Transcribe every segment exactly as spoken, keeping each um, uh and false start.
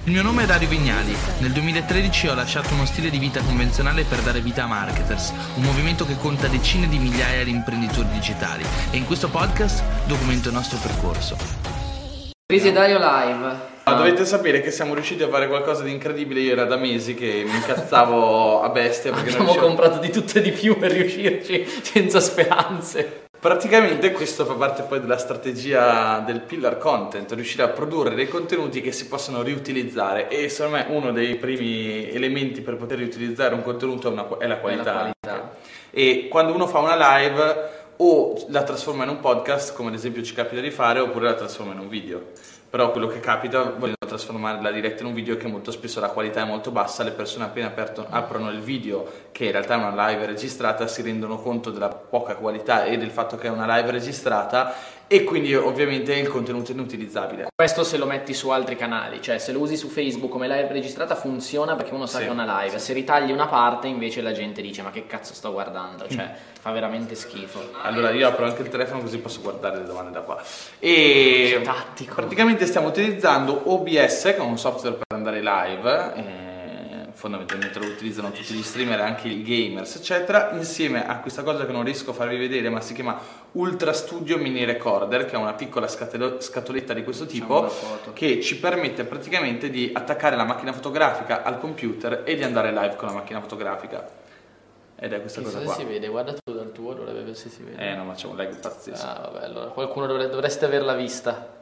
Il mio nome è Dario Vignali. Nel duemilatredici ho lasciato uno stile di vita convenzionale per dare vita a Marketers, un movimento che conta decine di migliaia di imprenditori digitali, e in questo podcast documento il nostro percorso. Crisi e Dario live. Ma dovete sapere che siamo riusciti a fare qualcosa di incredibile. Io era da mesi che mi incazzavo a bestia perché abbiamo non riuscivo... comprato di tutto e di più per riuscirci senza speranze. Praticamente questo fa parte poi della strategia del pillar content, riuscire a produrre dei contenuti che si possono riutilizzare, e secondo me uno dei primi elementi per poter riutilizzare un contenuto è, una, è la qualità. È la qualità. E quando uno fa una live o la trasforma in un podcast, come ad esempio ci capita di fare, oppure la trasforma in un video. Però quello che capita, vogliono trasformare la diretta in un video, che molto spesso la qualità è molto bassa, le persone appena aperto, aprono il video, che in realtà è una live registrata, si rendono conto della poca qualità e del fatto che è una live registrata, e quindi ovviamente il contenuto è inutilizzabile. Questo se lo metti su altri canali, cioè se lo usi su Facebook come live registrata funziona perché uno sa Sì, che è una live, sì. Se ritagli una parte invece la gente dice ma che cazzo sto guardando, cioè fa veramente schifo. Allora io apro anche il telefono così posso guardare le domande da qua. E Che tattico. praticamente stiamo utilizzando O B S, che è un software per andare live, e fondamentalmente lo utilizzano tutti gli streamer, anche i gamers eccetera, insieme a questa cosa che non riesco a farvi vedere, ma si chiama Ultra Studio Mini Recorder, che è una piccola scatolo- scatoletta di questo tipo, che ci permette praticamente di attaccare la macchina fotografica al computer e di andare live con la macchina fotografica. Ed è questa Chissà cosa se qua. si vede, guarda tu dal tuo, dovrebbe vedere se si vede. Eh no, ma c'è un lag pazzesco. Ah vabbè, allora qualcuno dovre- dovreste averla vista.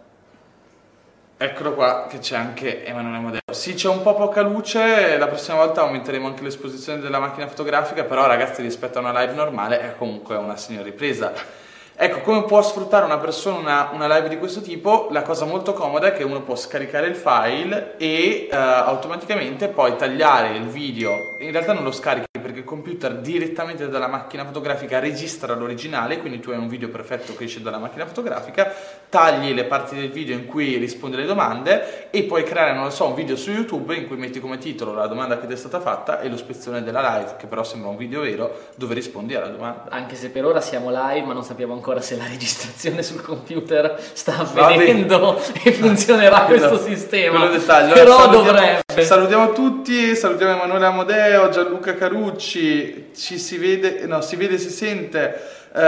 Eccolo qua, che c'è anche Emanuele Amodeo. Sì, c'è un po' poca luce, la prossima volta aumenteremo anche l'esposizione della macchina fotografica, però ragazzi, rispetto a una live normale è comunque una signora ripresa. Ecco, come può sfruttare una persona una, una live di questo tipo? La cosa molto comoda è che uno può scaricare il file e uh, automaticamente poi tagliare il video. In realtà non lo scarichi perché il computer direttamente dalla macchina fotografica registra l'originale, quindi tu hai un video perfetto che esce dalla macchina fotografica, tagli le parti del video in cui rispondi alle domande e puoi creare, non lo so, un video su YouTube in cui metti come titolo la domanda che ti è stata fatta e lo spezzone della live, che però sembra un video vero dove rispondi alla domanda. Anche se per ora siamo live, ma non sappiamo ancora se la registrazione sul computer sta avvenendo e funzionerà questo sistema. Quello dettaglio. Però salutiamo, dovrebbe. Salutiamo tutti, salutiamo Emanuele Amodeo, Gianluca Carucci, ci si vede, no, si vede, si sente.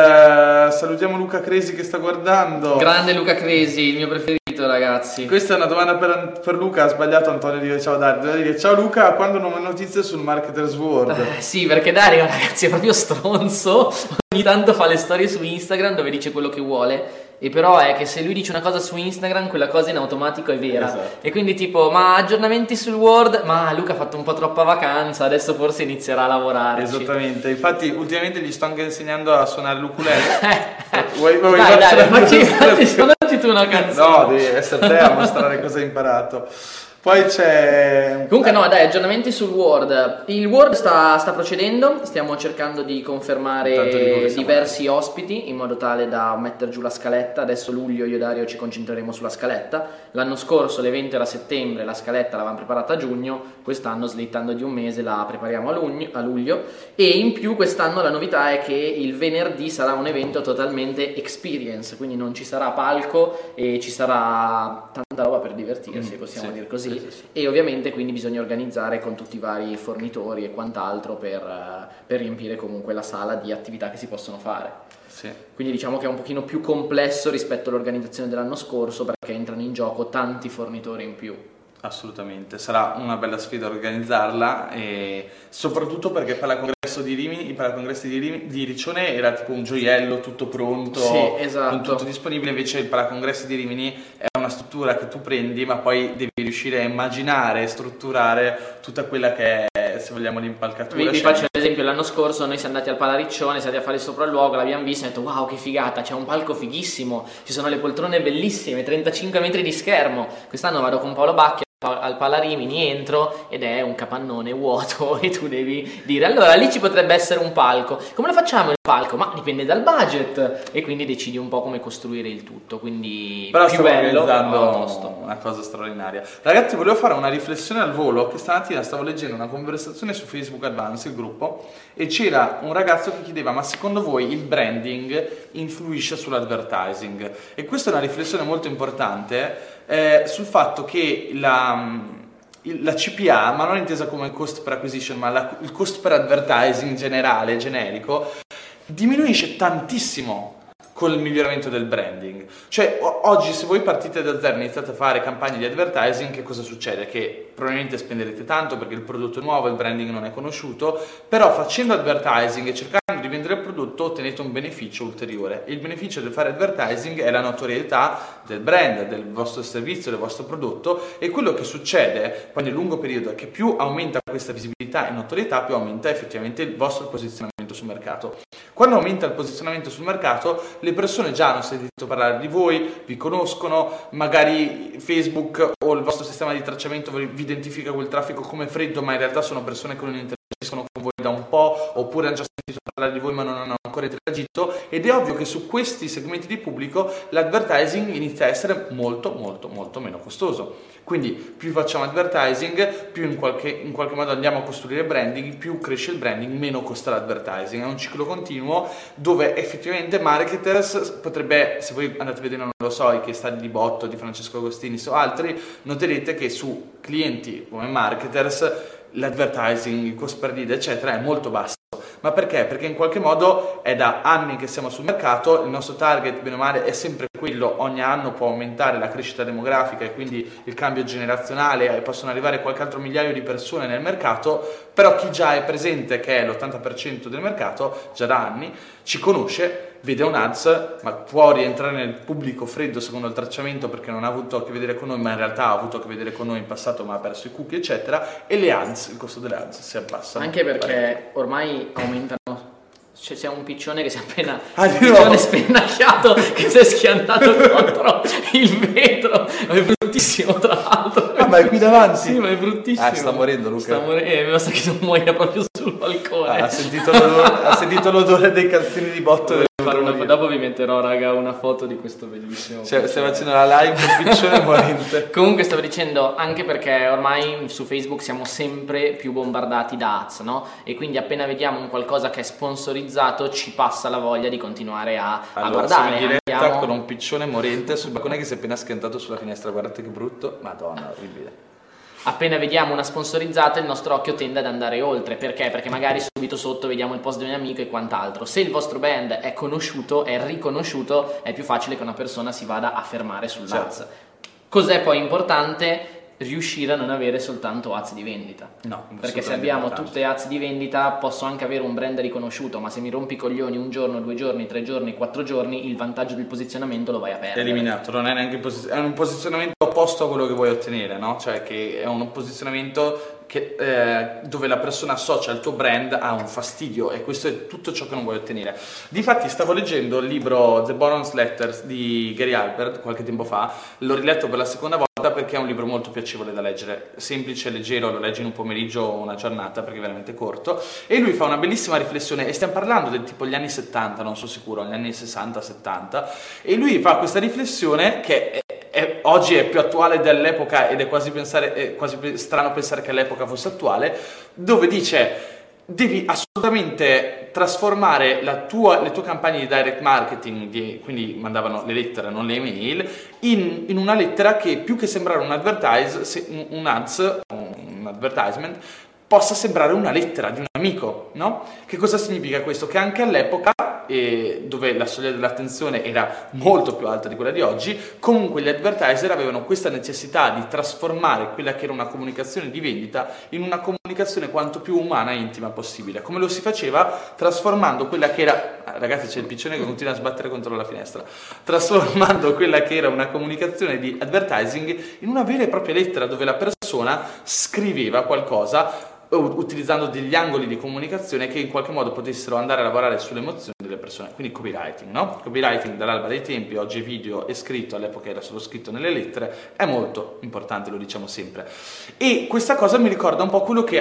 Uh, salutiamo Luca Cresi che sta guardando. Grande Luca Cresi, il mio preferito, ragazzi. Questa è una domanda per, per Luca. Ha sbagliato Antonio di dire ciao Dario. Deve dire ciao Luca, quando nuove notizie sul Marketers World? Eh, sì, perché Dario, ragazzi, è proprio stronzo. Ogni tanto fa le storie su Instagram dove dice quello che vuole. E però è che se lui dice una cosa su Instagram, quella cosa in automatico è vera. Esatto. E quindi tipo, ma aggiornamenti sul Word? Ma Luca ha fatto un po' troppa vacanza, adesso forse inizierà a lavorare. Esattamente, infatti ultimamente gli sto anche insegnando a suonare l'ukulele. vuoi, vuoi dai, dai, facci, facci, suonati tu una canzone. No, devi essere te a mostrare cosa hai imparato. Poi c'è... Comunque no, dai, aggiornamenti sul Word. Il Word sta, sta procedendo, stiamo cercando di confermare diversi ospiti in modo tale da mettere giù la scaletta. Adesso luglio io e Dario ci concentreremo sulla scaletta. L'anno scorso l'evento era a settembre, la scaletta l'avevamo preparata a giugno, quest'anno slittando di un mese la prepariamo a luglio, a luglio. E in più quest'anno la novità è che il venerdì sarà un evento totalmente experience, quindi non ci sarà palco e ci sarà tanta roba per divertirsi, mm, possiamo sì, dire così. sì, sì, sì. E ovviamente quindi bisogna organizzare con tutti i vari fornitori e quant'altro per, per riempire comunque la sala di attività che si possono fare. Sì. Quindi diciamo che è un pochino più complesso rispetto all'organizzazione dell'anno scorso perché entrano in gioco tanti fornitori in più. Assolutamente, sarà una bella sfida organizzarla, e soprattutto perché per la congresso di Rimini, per la congresso di, Rimini, di Riccione era tipo un gioiello tutto pronto, sì, esatto, con tutto disponibile. Invece il Palacongressi di Rimini è una struttura che tu prendi, ma poi devi riuscire a immaginare e strutturare tutta quella che è, se vogliamo, l'impalcatura. Vi, vi faccio l'esempio: l'anno scorso noi siamo andati al Palariccione, siamo andati a fare il sopralluogo, l'abbiamo visto e abbiamo detto wow che figata, c'è un palco fighissimo, ci sono le poltrone bellissime, trentacinque metri di schermo. Quest'anno vado con Paolo Bacchi al Palarimini, entro ed è un capannone vuoto e tu devi dire allora lì ci potrebbe essere un palco, come lo facciamo il palco? Ma dipende dal budget e quindi decidi un po' come costruire il tutto, quindi però più stiamo bello, organizzando una cosa straordinaria. Ragazzi, volevo fare una riflessione al volo, che stamattina stavo leggendo una conversazione su Facebook Advance, il gruppo, e c'era un ragazzo che chiedeva ma secondo voi il branding influisce sull'advertising? E questa è una riflessione molto importante eh, sul fatto che la, la C P A, ma non intesa come cost per acquisition, ma la, il cost per advertising generale, generico, diminuisce tantissimo con il miglioramento del branding. Cioè o- oggi se voi partite da zero e iniziate a fare campagne di advertising, che cosa succede? Che probabilmente spenderete tanto perché il prodotto è nuovo, il branding non è conosciuto, però facendo advertising e cercando di vendere il prodotto ottenete un beneficio ulteriore. Il beneficio del fare advertising è la notorietà del brand, del vostro servizio, del vostro prodotto, e quello che succede poi nel lungo periodo è che più aumenta questa visibilità e notorietà, più aumenta effettivamente il vostro posizionamento sul mercato. Quando aumenta il posizionamento sul mercato, le persone già hanno sentito parlare di voi, vi conoscono, magari Facebook o il vostro sistema di tracciamento vi identifica quel traffico come freddo, ma in realtà sono persone che non interagiscono con voi da un po', oppure hanno già sentito parlare di voi ma non hanno ancora interagito, ed è ovvio che su questi segmenti di pubblico l'advertising inizia a essere molto molto molto meno costoso. Quindi più facciamo advertising, più in qualche, in qualche modo andiamo a costruire branding, più cresce il branding, meno costa l'advertising. È un ciclo continuo dove effettivamente marketers potrebbe, se voi andate a vedere, non lo so, i case study di Botto, di Francesco Agostini o altri, noterete che su clienti come marketers l'advertising, il cost per lead eccetera è molto basso. Ma perché? Perché in qualche modo è da anni che siamo sul mercato, il nostro target bene o male è sempre quello, ogni anno può aumentare la crescita demografica e quindi il cambio generazionale e possono arrivare qualche altro migliaio di persone nel mercato, però chi già è presente, che è l'ottanta per cento del mercato, già da anni, ci conosce, vede un ads, ma può rientrare nel pubblico freddo secondo il tracciamento perché non ha avuto a che vedere con noi, ma in realtà ha avuto a che vedere con noi in passato ma ha perso i cookie eccetera, e le ads, il costo delle ads si abbassa. Anche perché ormai aumentano, cioè c'è un piccione che si è appena ah, un piccione spennacchiato che si è schiantato contro il vetro, è bruttissimo tra l'altro. Ah, ma è qui davanti? Sì, ma è bruttissimo. Ah, sta morendo Luca. Sta morendo, eh, mi sa che non muoia proprio sul balcone. Ah, ha, sentito l'odore, ha sentito l'odore dei calzini di Botto. Una, dopo vi metterò, raga, una foto di questo bellissimo. Cioè, stiamo facendo la live con piccione morente. Comunque stavo dicendo, anche perché ormai su Facebook siamo sempre più bombardati da ads, no? E quindi appena vediamo un qualcosa che è sponsorizzato ci passa la voglia di continuare a, allora, a guardare. Siamo in diretta andiamo... con un piccione morente sul balcone che si è appena schiantato sulla finestra. Guardate che brutto. Madonna, orribile. Appena vediamo una sponsorizzata il nostro occhio tende ad andare oltre. Perché? Perché magari subito sotto vediamo il post di un amico e quant'altro. Se il vostro brand è conosciuto, è riconosciuto, è più facile che una persona si vada a fermare sull'ads. Certo. Cos'è poi importante? Riuscire a non avere soltanto ads di vendita. No, perché se abbiamo importante. tutte ads di vendita posso anche avere un brand riconosciuto, ma se mi rompi i coglioni un giorno, due giorni, tre giorni, quattro giorni, il vantaggio del posizionamento lo vai a perdere. Eliminato, non è neanche posi- è un posizionamento opposto a quello che vuoi ottenere, no? Cioè che è un posizionamento che, eh, dove la persona associa il tuo brand a un fastidio, e questo è tutto ciò che non vuoi ottenere. Difatti stavo leggendo il libro The Boron's Letters di Gary Halbert qualche tempo fa, l'ho riletto per la seconda volta perché è un libro molto piacevole da leggere, semplice, leggero, lo leggi in un pomeriggio o una giornata perché è veramente corto, e lui fa una bellissima riflessione, e stiamo parlando del tipo gli anni settanta, non so sicuro, gli anni sessanta settanta, e lui fa questa riflessione che è, è, oggi è più attuale dell'epoca, ed è quasi, pensare, è quasi strano pensare che all'epoca fosse attuale, dove dice: devi assolutamente trasformare la tua, le tue campagne di direct marketing, di, quindi mandavano le lettere, non le email, in, in una lettera che più che sembrare un advertise, se, un, un ads, un advertisement, possa sembrare una lettera di un amico, no? Che cosa significa questo? Che anche all'epoca, eh, dove la soglia dell'attenzione era molto più alta di quella di oggi, comunque gli advertiser avevano questa necessità di trasformare quella che era una comunicazione di vendita in una comunicazione quanto più umana e intima possibile. Come lo si faceva? Trasformando quella che era... Ah, ragazzi, c'è il piccione che continua a sbattere contro la finestra. Trasformando quella che era una comunicazione di advertising in una vera e propria lettera, dove la persona scriveva qualcosa utilizzando degli angoli di comunicazione che in qualche modo potessero andare a lavorare sulle emozioni delle persone, quindi copywriting, no? Copywriting dall'alba dei tempi, oggi è video e scritto, all'epoca era solo scritto nelle lettere, è molto importante, lo diciamo sempre. E questa cosa mi ricorda un po' quello che allo stesso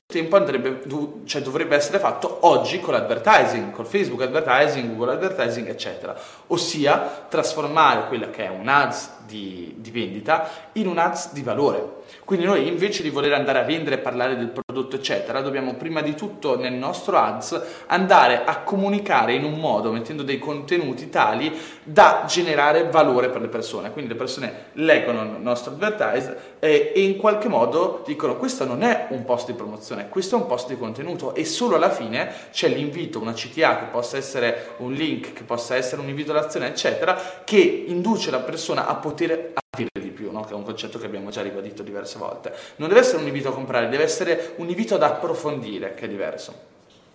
tempo andrebbe, cioè dovrebbe essere fatto oggi con l'advertising, col Facebook advertising, Google advertising, eccetera. Ossia trasformare quella che è un ads di, di vendita in un ads di valore. Quindi noi invece di voler andare a vendere, parlare del prodotto, eccetera, dobbiamo prima di tutto nel nostro ads andare a comunicare in un modo, mettendo dei contenuti tali da generare valore per le persone. Quindi le persone leggono il nostro advertise e, e in qualche modo dicono: questo non è un post di promozione, questo è un post di contenuto, e solo alla fine c'è l'invito, una C T A che possa essere un link, che possa essere un invito all'azione, eccetera, che induce la persona a poter avere di più, no? Che è un concetto che abbiamo già ribadito diverse volte. Non deve essere un invito a comprare, deve essere un invito ad approfondire, che è diverso.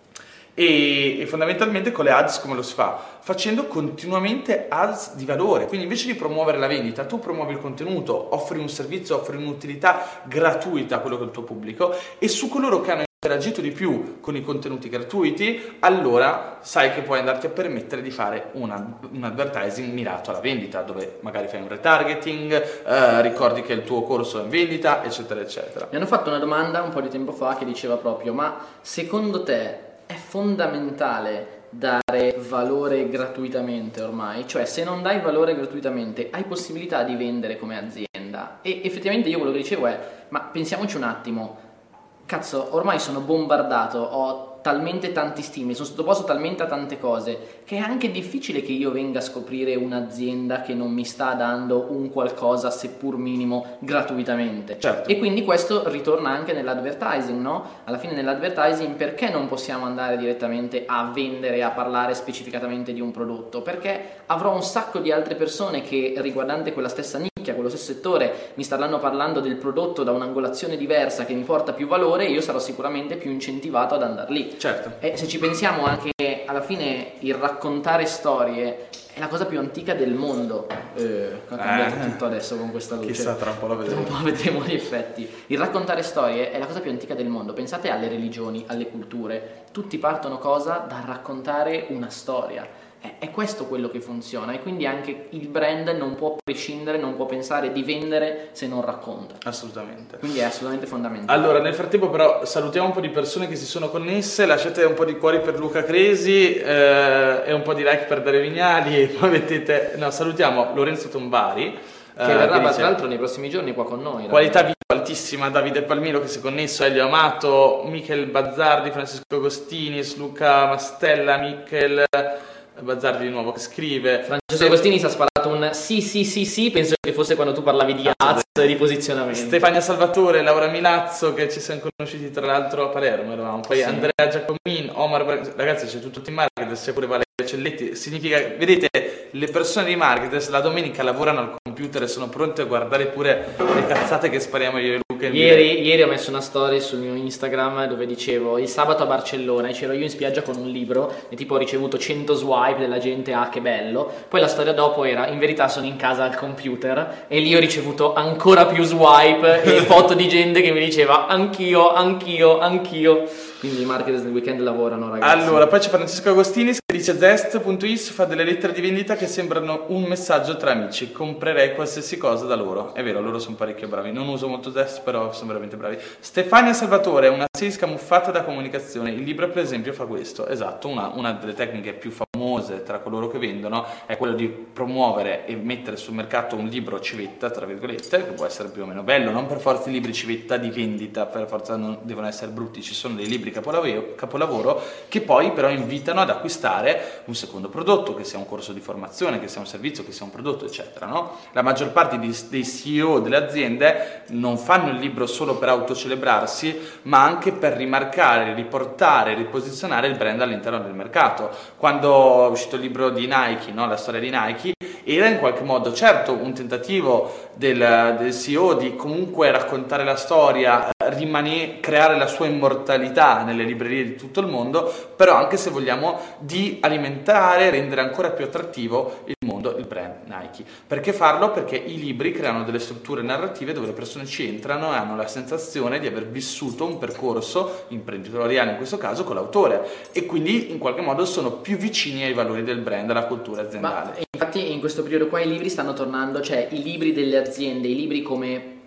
E, e fondamentalmente con le ads come lo si fa? Facendo continuamente ads di valore. Quindi invece di promuovere la vendita, tu promuovi il contenuto, offri un servizio, offri un'utilità gratuita a quello che è il tuo pubblico, e su coloro che hanno interagito di più con i contenuti gratuiti, allora sai che puoi andarti a permettere di fare una, un advertising mirato alla vendita, dove magari fai un retargeting, eh, ricordi che il tuo corso è in vendita, eccetera eccetera. Mi hanno fatto una domanda un po' di tempo fa che diceva proprio: ma secondo te è fondamentale dare valore gratuitamente ormai? Cioè, se non dai valore gratuitamente hai possibilità di vendere come azienda? E effettivamente io quello che dicevo è: ma pensiamoci un attimo, cazzo, ormai sono bombardato, ho talmente tanti stimoli, sono sottoposto talmente a tante cose che è anche difficile che io venga a scoprire un'azienda che non mi sta dando un qualcosa, seppur minimo, gratuitamente. Certo. E quindi questo ritorna anche nell'advertising, no? Alla fine nell'advertising perché non possiamo andare direttamente a vendere, a parlare specificatamente di un prodotto? Perché avrò un sacco di altre persone che, riguardante quella stessa nicchia, quello stesso settore, mi staranno parlando del prodotto da un'angolazione diversa che mi porta più valore, e io sarò sicuramente più incentivato ad andare lì. Certo. E se ci pensiamo, anche alla fine il raccontare storie è la cosa più antica del mondo. Eh, ha cambiato eh, tutto adesso con questa luce. Chissà, tra un po' lo vedremo. Tra un po' vedremo gli effetti. Il raccontare storie è la cosa più antica del mondo. Pensate alle religioni, alle culture. Tutti partono cosa? Da raccontare una storia. È questo quello che funziona, e quindi anche il brand non può prescindere, non può pensare di vendere se non racconta. Assolutamente. Quindi è assolutamente fondamentale. Allora, nel frattempo però salutiamo un po' di persone che si sono connesse, lasciate un po' di cuori per Luca Cresi eh, e un po' di like per Dario Vignali, e poi mettete... No, salutiamo Lorenzo Tombari, che eh, verrà che dice, tra l'altro nei prossimi giorni qua con noi. Qualità video altissima, Davide Palmiro che si è connesso, Elio Amato, Michel Bazzardi, Francesco Agostini, Luca Mastella, Michel Bazzardi di nuovo che scrive. Francesco Agostini si ha sparato un sì sì sì sì, penso che fosse quando tu parlavi di ads e di posizionamento. Stefania Salvatore, Laura Milazzo, che ci siamo conosciuti tra l'altro a Palermo, eravamo. Poi sì. Andrea Giacomin, Omar, ragazzi c'è tutto il team marketer, sia pure Valerio Celletti. Significa, vedete, le persone di marketer la domenica lavorano al computer e sono pronte a guardare pure le cazzate che spariamo io e Luca. Ieri, ieri ho messo una story sul mio Instagram dove dicevo: il sabato a Barcellona, e c'ero io in spiaggia con un libro e tipo ho ricevuto cento swipe della gente, ah che bello. Poi la storia dopo era: in verità sono in casa al computer, e lì ho ricevuto ancora più swipe e foto di gente che mi diceva anch'io, anch'io, anch'io. Quindi i marketers del weekend lavorano, ragazzi. Allora, poi c'è Francesco Agostini che dice: Zest punto is fa delle lettere di vendita che sembrano un messaggio tra amici, comprerei qualsiasi cosa da loro. È vero, loro sono parecchio bravi, non uso molto Zest, però sono veramente bravi. Stefania Salvatore, una sales camuffata da comunicazione, il libro per esempio fa questo. Esatto, una, una delle tecniche più famose tra coloro che vendono è quello di promuovere e mettere sul mercato un libro civetta, tra virgolette, che può essere più o meno bello, non per forza i libri civetta di vendita, per forza non devono essere brutti, ci sono dei libri capolavoro, capolavoro che poi però invitano ad acquistare un secondo prodotto, che sia un corso di formazione, che sia un servizio, che sia un prodotto, eccetera, no? La maggior parte di, dei C E O delle aziende non fanno il libro solo per autocelebrarsi, ma anche per rimarcare, riportare, riposizionare il brand all'interno del mercato. Quando è uscito il libro di Nike, no? La storia di Nike, era in qualche modo, certo, un tentativo del, del C E O di comunque raccontare la storia, rimanere, creare la sua immortalità nelle librerie di tutto il mondo, però anche, se vogliamo, di alimentare, rendere ancora più attrattivo il mondo, il brand Nike. Perché farlo? Perché i libri creano delle strutture narrative dove le persone ci entrano e hanno la sensazione di aver vissuto un percorso imprenditoriale, in questo caso con l'autore, e quindi in qualche modo sono più vicini ai valori del brand, alla cultura aziendale. Ma infatti in questo periodo qua i libri stanno tornando, cioè i libri delle aziende, i libri come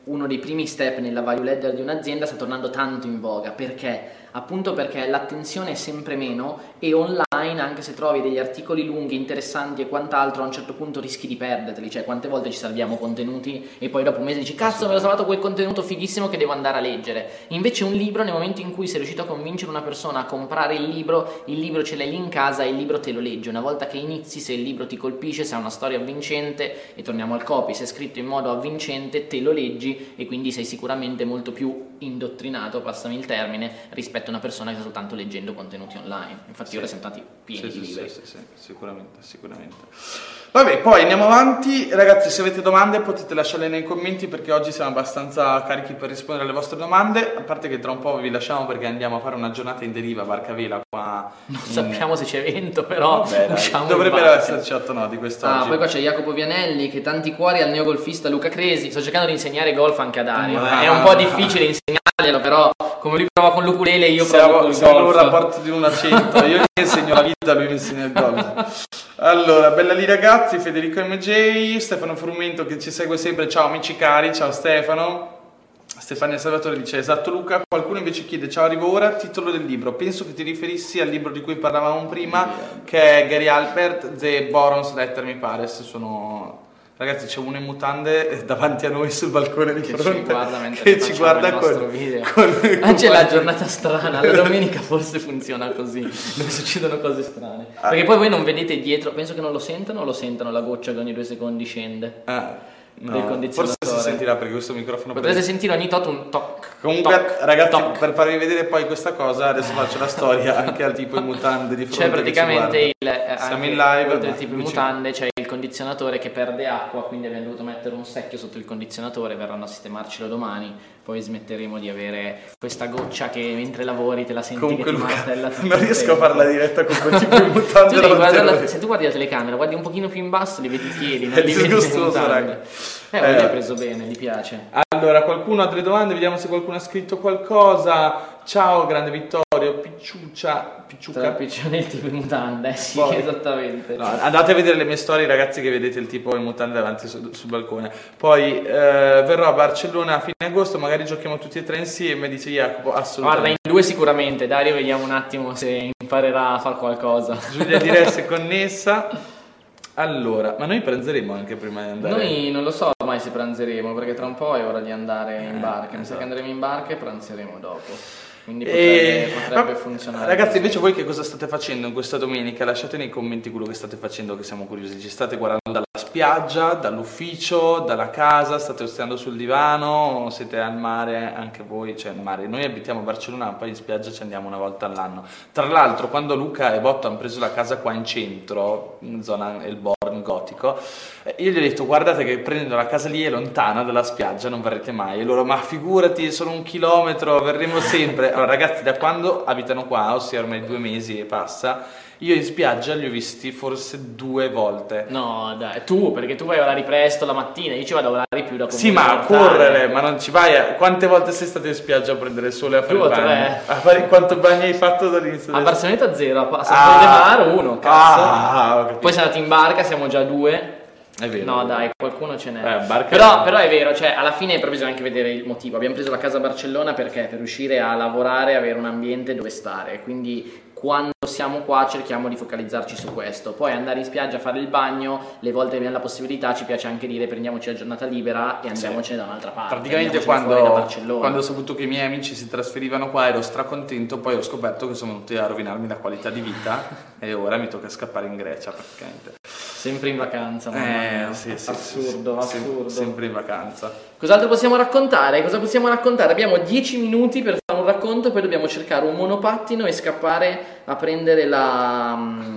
uno dei primi step nella value ladder di un'azienda sta tornando tanto in voga. Perché? Appunto perché l'attenzione è sempre meno e online, anche se trovi degli articoli lunghi, interessanti e quant'altro, a un certo punto rischi di perderteli. Cioè, quante volte ci salviamo contenuti e poi dopo un mese dici cazzo, mi ho salvato quel contenuto fighissimo che devo andare a leggere. Invece un libro, nel momento in cui sei riuscito a convincere una persona a comprare il libro, il libro ce l'hai lì in casa e il libro te lo leggi. Una volta che inizi, se il libro ti colpisce, se ha una storia avvincente, e torniamo al copy, se è scritto in modo avvincente, te lo leggi e quindi sei sicuramente molto più indottrinato, passami il termine, rispetto a una persona che sta soltanto leggendo contenuti online. Infatti sì. Ora siamo stati pieni sì, di sì, libri. Sì, sì, sì, sicuramente, sicuramente. Vabbè, poi andiamo avanti. Ragazzi, se avete domande potete lasciarle nei commenti, perché oggi siamo abbastanza carichi per rispondere alle vostre domande. A parte che tra un po' vi lasciamo perché andiamo a fare una giornata in deriva a Barcavela qua. Non in... sappiamo se c'è evento, però vabbè, dovrebbero esserci otto nodi quest'oggi. Ah, poi qua c'è Jacopo Vianelli che tanti cuori al neogolfista Luca Cresi. Sto cercando di insegnare golf anche a Dario. Ah, è un po' difficile insegnarglielo, però come lui prova con l'ukulele io siamo, provo con siamo il golf. un rapporto di uno a cento. Io gli insegno la vita, lui mi insegna il golf. Allora, bella lì ragazzi, Federico M J, Stefano Frumento che ci segue sempre, ciao amici cari, ciao Stefano. Stefania Salvatore dice esatto Luca, qualcuno invece chiede ciao arrivo ora, titolo del libro, penso che ti riferissi al libro di cui parlavamo prima, che è Gary Halbert, The Boron's Letter mi pare, se sono... Ragazzi, c'è uno in mutande davanti a noi sul balcone di che fronte ci guarda, che ci guarda il con, video. con, con oggi è la giornata strana, la domenica forse funziona così, dove succedono cose strane. Ah. Perché poi voi non vedete dietro, penso che non lo sentano o lo sentono la goccia che ogni due secondi scende. Ah. No, del condizionatore. Forse si sentirà perché questo microfono potrete prende... sentire ogni tot un toc. Comunque toc, ragazzi toc. Per farvi vedere poi questa cosa adesso faccio la storia anche al tipo in mutande di fronte, cioè praticamente il, siamo in live del tipo in mutande c'è il condizionatore che perde acqua, quindi abbiamo dovuto mettere un secchio sotto il condizionatore, verranno a sistemarcelo domani, poi smetteremo di avere questa goccia che mentre lavori te la senti. Comunque che ti Luca, martella non riesco a fare la diretta con quel tipo in mutande. tu la, se tu guardi la telecamera guardi un pochino più in basso li vedi i piedi, non è li vedi raga. Eh, eh, hai preso bene, gli piace. Allora, qualcuno ha delle domande? Vediamo se qualcuno ha scritto qualcosa. Ciao, grande Vittorio, Picciuccia, Picciucca. Tra piccionetti in mutande, eh, sì, poi, esattamente. No, andate a vedere le mie storie, ragazzi, che vedete il tipo in mutande davanti sul, sul balcone. Poi eh, verrò a Barcellona a fine agosto, magari giochiamo tutti e tre insieme, dice Jacopo, assolutamente. Guarda, in due sicuramente, Dario, vediamo un attimo se imparerà a fare qualcosa. Giulia Diresse è connessa. Allora, ma noi pranzeremo anche prima di andare? Noi non lo so mai se pranzeremo, perché tra un po' è ora di andare in barca. Mi esatto. sa che andremo in barca e pranzeremo dopo. Quindi potrebbe, e... potrebbe ma, funzionare. Ragazzi, invece voi che cosa state facendo in questa domenica? Lasciate nei commenti quello che state facendo, che siamo curiosi. Ci state guardando dalla spiaggia, dall'ufficio, dalla casa, state stando sul divano, siete al mare anche voi, cioè al mare. Noi abitiamo a Barcellona, poi in spiaggia ci andiamo una volta all'anno. Tra l'altro, quando Luca e Botto hanno preso la casa qua in centro, in zona El Born gotico, io gli ho detto guardate che prendendo la casa lì è lontana dalla spiaggia, non verrete mai. E loro, ma figurati, sono un chilometro, verremo sempre. Allora ragazzi, da quando abitano qua, ossia ormai due mesi e passa, io in spiaggia li ho visti forse due volte. No dai, tu, perché tu vai a orari presto la mattina, io ci vado a orari più da sì, ma a correre, ma non ci vai a... Quante volte sei stato in spiaggia a prendere il sole a fare due il bagno? Tre. A fare... Quanto bagni hai fatto dall'inizio? A Barcellona zero, a San ah, de Mar uno, cazzo. Ah, poi siamo andati in barca, siamo già due. È vero. No dai, qualcuno ce n'è. Eh, barca però, è... però è vero, cioè alla fine però bisogna anche vedere il motivo. Abbiamo preso la casa a Barcellona perché per riuscire a lavorare e avere un ambiente dove stare, quindi quando siamo qua cerchiamo di focalizzarci su questo. Poi andare in spiaggia a fare il bagno, le volte che abbiamo la possibilità ci piace anche dire prendiamoci la giornata libera e andiamocene sì. da un'altra parte. Praticamente quando, quando ho saputo che i miei amici si trasferivano qua ero stracontento, poi ho scoperto che sono venuti a rovinarmi la qualità di vita e ora mi tocca scappare in Grecia praticamente. Sempre in vacanza, mamma eh, sì, sì, assurdo, sì, assurdo. Sempre in vacanza. Cos'altro possiamo raccontare? Cosa possiamo raccontare? Abbiamo dieci minuti per fare un racconto, poi dobbiamo cercare un monopattino e scappare a prendere la,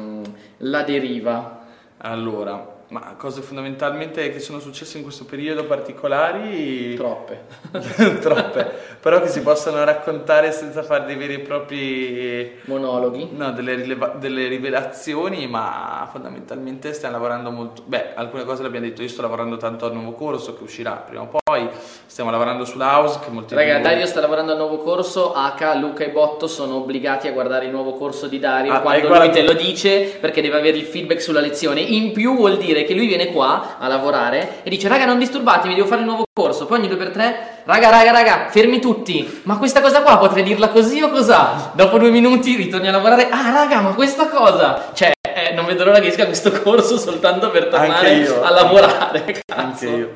la deriva. Allora, ma cose fondamentalmente che sono successe in questo periodo particolari? Troppe. Troppe, però che si possono raccontare senza fare dei veri e propri monologhi. No, delle, rileva- delle rivelazioni, ma fondamentalmente stiamo lavorando molto. Beh, alcune cose le abbiamo detto, io sto lavorando tanto al nuovo corso che uscirà prima o poi, stiamo lavorando sull'house che molti Raga, Dario sta lavorando al nuovo corso, H, Luca e Botto sono obbligati a guardare il nuovo corso di Dario ah, quando lui te lo dice perché deve avere il feedback sulla lezione. In più vuol dire che lui viene qua a lavorare e dice raga non disturbatemi, devo fare il nuovo corso, poi ogni due per tre, raga, raga, raga, fermi tutti, ma questa cosa qua potrei dirla così o cos'ha? Dopo due minuti ritorni a lavorare, ah raga, ma questa cosa, cioè, eh, non vedo l'ora che esca questo corso soltanto per tornare a lavorare, cazzo. Anche io.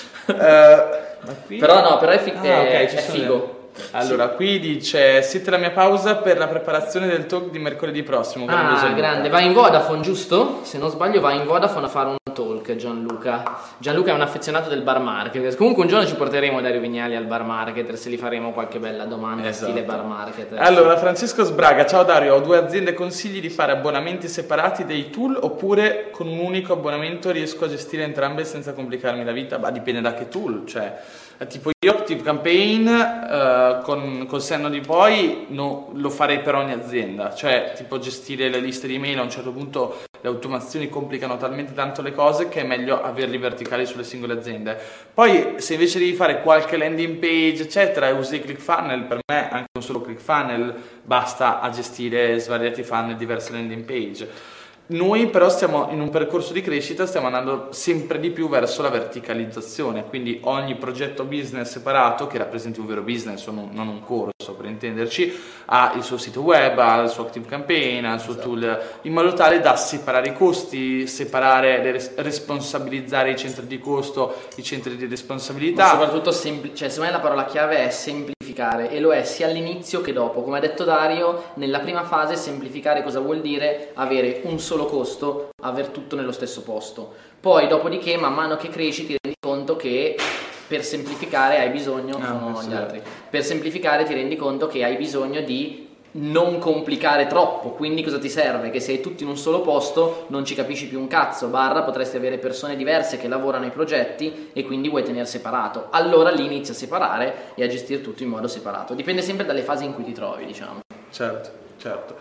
uh, qui... Però no, però è, fi- ah, è, okay, è figo. Allora, sì. Qui dice: siete la mia pausa per la preparazione del talk di mercoledì prossimo. Ah, grande, vai in Vodafone, giusto? Se non sbaglio vai in Vodafone a fare un talk, Gianluca. Gianluca è un affezionato del bar market. Comunque un giorno ci porteremo Dario Vignali al bar market, se gli faremo qualche bella domanda, esatto, stile bar market. Allora, Francesco Sbraga: ciao Dario, ho due aziende, consigli di fare abbonamenti separati dei tool oppure con un unico abbonamento riesco a gestire entrambe senza complicarmi la vita? Bah, dipende da che tool, cioè tipo io Active Campaign uh, con col senno di poi no, lo farei per ogni azienda, cioè tipo gestire le liste di email a un certo punto le automazioni complicano talmente tanto le cose che è meglio averli verticali sulle singole aziende. Poi se invece devi fare qualche landing page eccetera e usi ClickFunnels, per me anche non solo ClickFunnels basta a gestire svariati funnel, diverse landing page. Noi però stiamo in un percorso di crescita, stiamo andando sempre di più verso la verticalizzazione, quindi ogni progetto business separato che rappresenti un vero business o non un corso per intenderci ha il suo sito web, ha il suo Active Campaign, ha il suo tool, in modo tale da separare i costi, separare, le, responsabilizzare i centri di costo, i centri di responsabilità. Ma soprattutto, sempli- cioè secondo me la parola chiave è semplificare, e lo è sia all'inizio che dopo. Come ha detto Dario, nella prima fase semplificare cosa vuol dire? Avere un solo costo, aver tutto nello stesso posto. Poi dopodiché man mano che cresci ti rendi conto che per semplificare hai bisogno no, no, gli altri. Per semplificare ti rendi conto che hai bisogno di non complicare troppo, quindi cosa ti serve? Che se hai tutti in un solo posto non ci capisci più un cazzo, barra potresti avere persone diverse che lavorano ai progetti e quindi vuoi tenere separato, allora lì inizi a separare e a gestire tutto in modo separato, dipende sempre dalle fasi in cui ti trovi, diciamo. Certo, certo.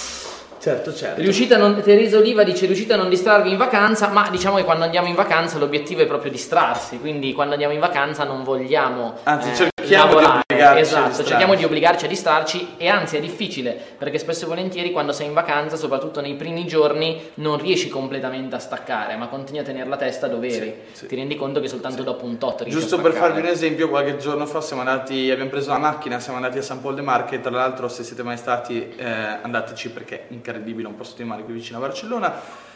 Certo, certo. Riuscita a non, Teresa Oliva dice: riuscite a non distrarvi in vacanza, ma diciamo che quando andiamo in vacanza l'obiettivo è proprio distrarsi, quindi quando andiamo in vacanza non vogliamo anzi, eh, cerchiamo lavorare, di obbligarci esatto, a cerchiamo di obbligarci a distrarci, e anzi è difficile perché spesso e volentieri quando sei in vacanza, soprattutto nei primi giorni, non riesci completamente a staccare, ma continui a tenere la testa dove eri, sì, sì. Ti rendi conto che soltanto sì. dopo un tot riesci Giusto a staccare. Per farvi un esempio, qualche giorno fa siamo andati, abbiamo preso la macchina, siamo andati a San Paul de Marche, tra l'altro se siete mai stati eh, andateci perché è incredibile, un posto di mare qui vicino a Barcellona,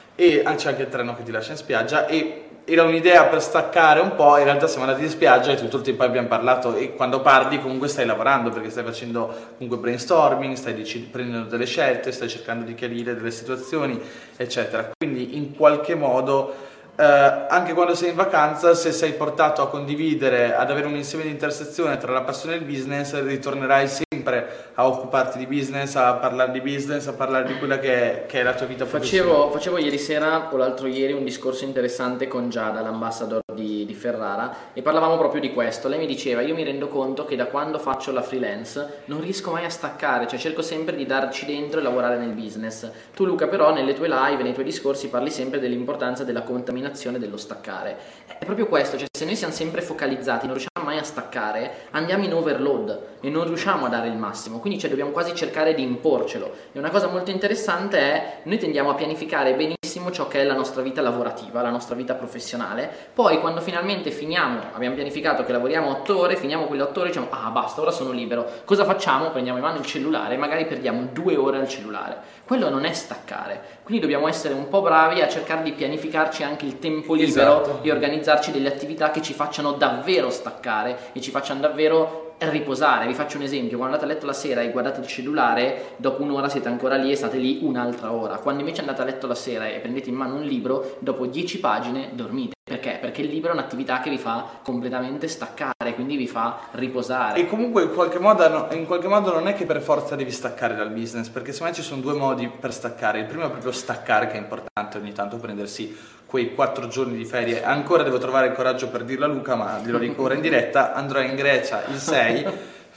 e c'è anche il treno che ti lascia in spiaggia, e era un'idea per staccare un po', in realtà siamo andati in spiaggia e tutto il tempo abbiamo parlato, e quando parli comunque stai lavorando perché stai facendo comunque brainstorming, stai decid- prendendo delle scelte, stai cercando di chiarire delle situazioni eccetera, quindi in qualche modo eh, anche quando sei in vacanza, se sei portato a condividere, ad avere un insieme di intersezione tra la passione e il business, ritornerai sempre a occuparti di business, a parlare di business, a parlare di quella che è, che è la tua vita professionale. Facevo, facevo ieri sera o l'altro ieri un discorso interessante con Giada, l'ambassador di, di Ferrara, e parlavamo proprio di questo. Lei mi diceva: io mi rendo conto che da quando faccio la freelance non riesco mai a staccare, cioè cerco sempre di darci dentro e lavorare nel business. Tu Luca però nelle tue live, nei tuoi discorsi parli sempre dell'importanza della contaminazione, dello staccare. È proprio questo, cioè se noi siamo sempre focalizzati, non riusciamo mai a staccare, andiamo in overload e non riusciamo a dare il massimo, quindi cioè, dobbiamo quasi cercare di imporcelo. E una cosa molto interessante è: noi tendiamo a pianificare benissimo ciò che è la nostra vita lavorativa, la nostra vita professionale, poi quando finalmente finiamo, abbiamo pianificato che lavoriamo otto ore, finiamo quelle otto ore e diciamo: ah basta, ora sono libero. Cosa facciamo? Prendiamo in mano il cellulare e magari perdiamo due ore al cellulare. Quello non è staccare, quindi dobbiamo essere un po' bravi a cercare di pianificarci anche il tempo libero, esatto, e organizzarci delle attività che ci facciano davvero staccare e ci facciano davvero riposare. Vi faccio un esempio: quando andate a letto la sera e guardate il cellulare, dopo un'ora siete ancora lì e state lì un'altra ora. Quando invece andate a letto la sera e prendete in mano un libro, dopo dieci pagine dormite. Perché? Perché il libro è un'attività che vi fa completamente staccare, quindi vi fa riposare. E comunque in qualche modo, in qualche modo non è che per forza devi staccare dal business, perché secondo me ci sono due modi per staccare. Il primo è proprio staccare, che è importante ogni tanto prendersi quei quattro giorni di ferie. Ancora devo trovare il coraggio per dirlo a Luca, ma glielo dico ora in diretta: andrò in Grecia il sei,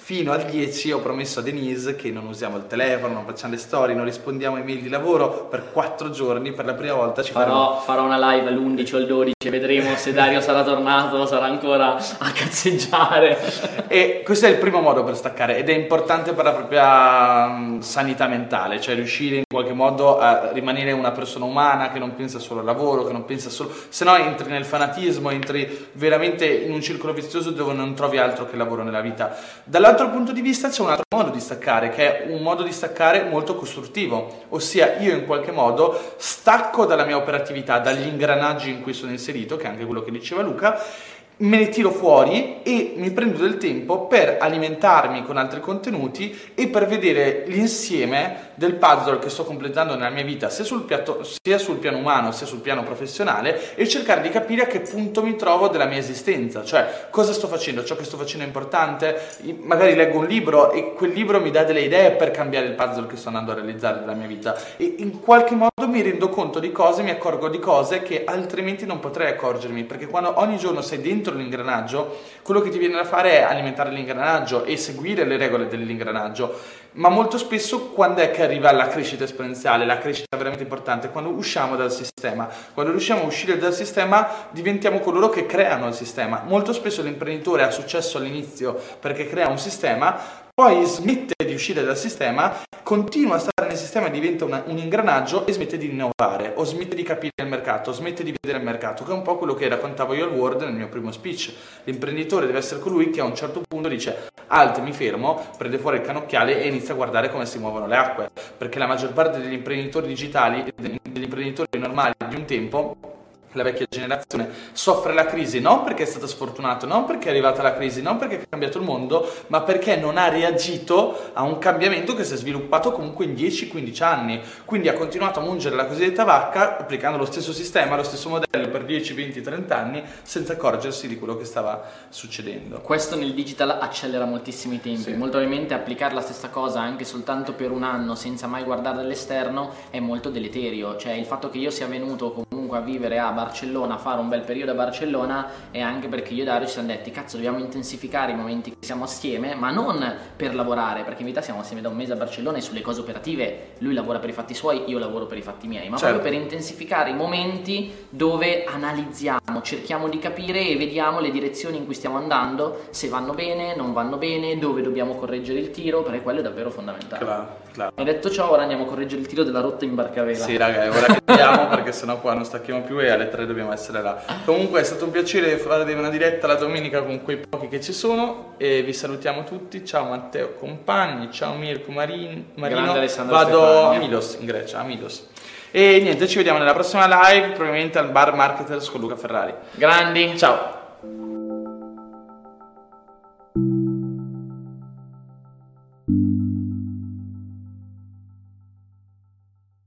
fino al dieci ho promesso a Denise che non usiamo il telefono, non facciamo le storie, non rispondiamo ai mail di lavoro per quattro giorni. Per la prima volta ci farò, faremo... farò una live all'undici o al dodici e vedremo se Dario sarà tornato, sarà ancora a cazzeggiare. E questo è il primo modo per staccare ed è importante per la propria um, sanità mentale, cioè riuscire in qualche modo a rimanere una persona umana che non pensa solo al lavoro, che non pensa solo... se no entri nel fanatismo, entri veramente in un circolo vizioso dove non trovi altro che lavoro nella vita. Dall'altro punto di vista c'è un altro modo di staccare, che è un modo di staccare molto costruttivo, ossia io in qualche modo stacco dalla mia operatività, dagli ingranaggi in cui sono inserito, che è anche quello che diceva Luca, me ne tiro fuori e mi prendo del tempo per alimentarmi con altri contenuti e per vedere l'insieme del puzzle che sto completando nella mia vita, sia sul, piatto, sia sul piano umano sia sul piano professionale, e cercare di capire a che punto mi trovo della mia esistenza, cioè cosa sto facendo, ciò che sto facendo è importante. Magari leggo un libro e quel libro mi dà delle idee per cambiare il puzzle che sto andando a realizzare nella mia vita, e in qualche modo mi rendo conto di cose, mi accorgo di cose che altrimenti non potrei accorgermi, perché quando ogni giorno sei dentro l'ingranaggio, quello che ti viene da fare è alimentare l'ingranaggio e seguire le regole dell'ingranaggio. Ma molto spesso quando è che arriva la crescita esponenziale, la crescita veramente importante? Quando usciamo dal sistema. Quando riusciamo a uscire dal sistema diventiamo coloro che creano il sistema. Molto spesso l'imprenditore ha successo all'inizio perché crea un sistema, poi smette di uscire dal sistema, continua a stare nel sistema, diventa una, un ingranaggio e smette di innovare, o smette di capire il mercato, smette di vedere il mercato, che è un po' quello che raccontavo io al World nel mio primo speech. L'imprenditore deve essere colui che a un certo punto dice: alt, mi fermo, prende fuori il cannocchiale e inizia a guardare come si muovono le acque, perché la maggior parte degli imprenditori digitali, degli imprenditori normali di un tempo, la vecchia generazione, soffre la crisi non perché è stato sfortunato, non perché è arrivata la crisi, non perché è cambiato il mondo, ma perché non ha reagito a un cambiamento che si è sviluppato comunque in dieci quindici anni. Quindi ha continuato a mungere la cosiddetta vacca, applicando lo stesso sistema, lo stesso modello per dieci, venti, trenta anni, senza accorgersi di quello che stava succedendo. Questo nel digital accelera moltissimi tempi. Sì. Molto probabilmente applicare la stessa cosa anche soltanto per un anno senza mai guardare all'esterno è molto deleterio. Cioè il fatto che io sia venuto comunque a vivere a Barcellona, a fare un bel periodo a Barcellona, è anche perché io e Dario ci siamo detti: cazzo, dobbiamo intensificare i momenti che siamo assieme, ma non per lavorare, perché in verità siamo assieme da un mese a Barcellona e sulle cose operative lui lavora per i fatti suoi, io lavoro per i fatti miei, ma certo, proprio per intensificare i momenti dove analizziamo, cerchiamo di capire e vediamo le direzioni in cui stiamo andando, se vanno bene, non vanno bene, dove dobbiamo correggere il tiro, perché quello è davvero fondamentale. Claro, claro. E detto ciò, ora andiamo a correggere il tiro della rotta in barcavela. Sì, raga, ora che andiamo, perché sennò qua non stacchiamo più e alle tre dobbiamo essere là. Comunque è stato un piacere fare una diretta la domenica con quei pochi che ci sono e vi salutiamo tutti. Ciao Matteo Compagni, ciao Mirko Marin, Marino, vado Stefania. a Milos in Grecia, a Milos. E niente, ci vediamo nella prossima live, probabilmente al bar Marketers con Luca Ferrari. Grandi, ciao.